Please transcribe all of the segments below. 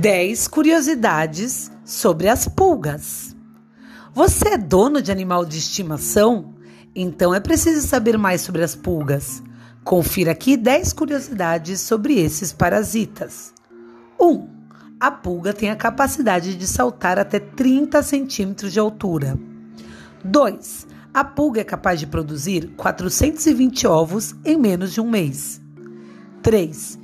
10 curiosidades sobre as pulgas. Você é dono de animal de estimação? Então é preciso saber mais sobre as pulgas. Confira aqui 10 curiosidades sobre esses parasitas. 1. A pulga tem a capacidade de saltar até 30 centímetros de altura. 2. A pulga é capaz de produzir 420 ovos em menos de um mês. 3.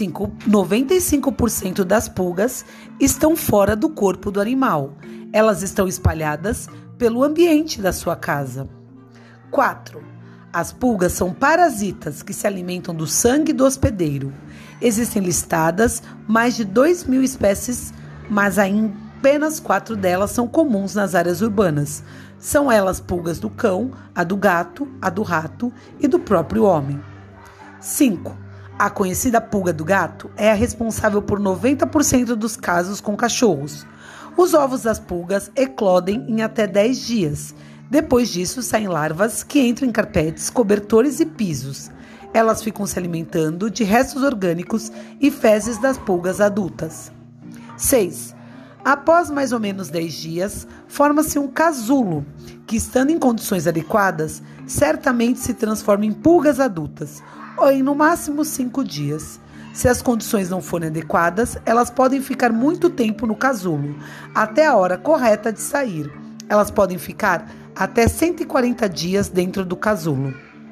95% das pulgas estão fora do corpo do animal. Elas estão espalhadas pelo ambiente da sua casa. 4. As pulgas são parasitas que se alimentam do sangue do hospedeiro. Existem listadas mais de 2.000 espécies, mas apenas 4 delas são comuns nas áreas urbanas. São elas pulgas do cão, a do gato, a do rato e do próprio homem. 5. A conhecida pulga do gato é a responsável por 90% dos casos com cachorros. Os ovos das pulgas eclodem em até 10 dias. Depois disso, saem larvas que entram em carpetes, cobertores e pisos. Elas ficam se alimentando de restos orgânicos e fezes das pulgas adultas. 6. Após mais ou menos 10 dias, forma-se um casulo, que, estando em condições adequadas, certamente se transforma em pulgas adultas, ou em no máximo 5 dias. Se as condições não forem adequadas, elas podem ficar muito tempo no casulo, até a hora correta de sair. Elas podem ficar até 140 dias dentro do casulo.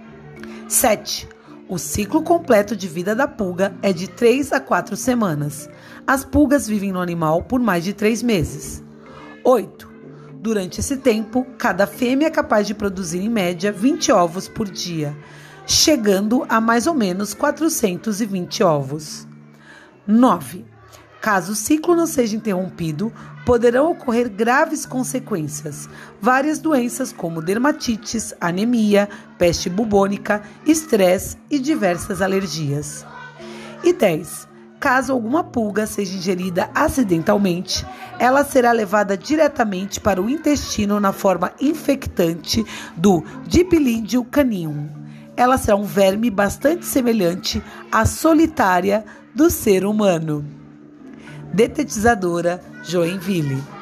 7. O ciclo completo de vida da pulga é de 3 a 4 semanas. As pulgas vivem no animal por mais de 3 meses. 8. Durante esse tempo, cada fêmea é capaz de produzir em média 20 ovos por dia, chegando a mais ou menos 420 ovos. 9. Caso o ciclo não seja interrompido, poderão ocorrer graves consequências. Várias doenças como dermatites, anemia, peste bubônica, estresse e diversas alergias. E 10. Caso alguma pulga seja ingerida acidentalmente, ela será levada diretamente para o intestino na forma infectante do Dipilídeo canium. Ela será um verme bastante semelhante à solitária do ser humano. Detetizadora Joinville.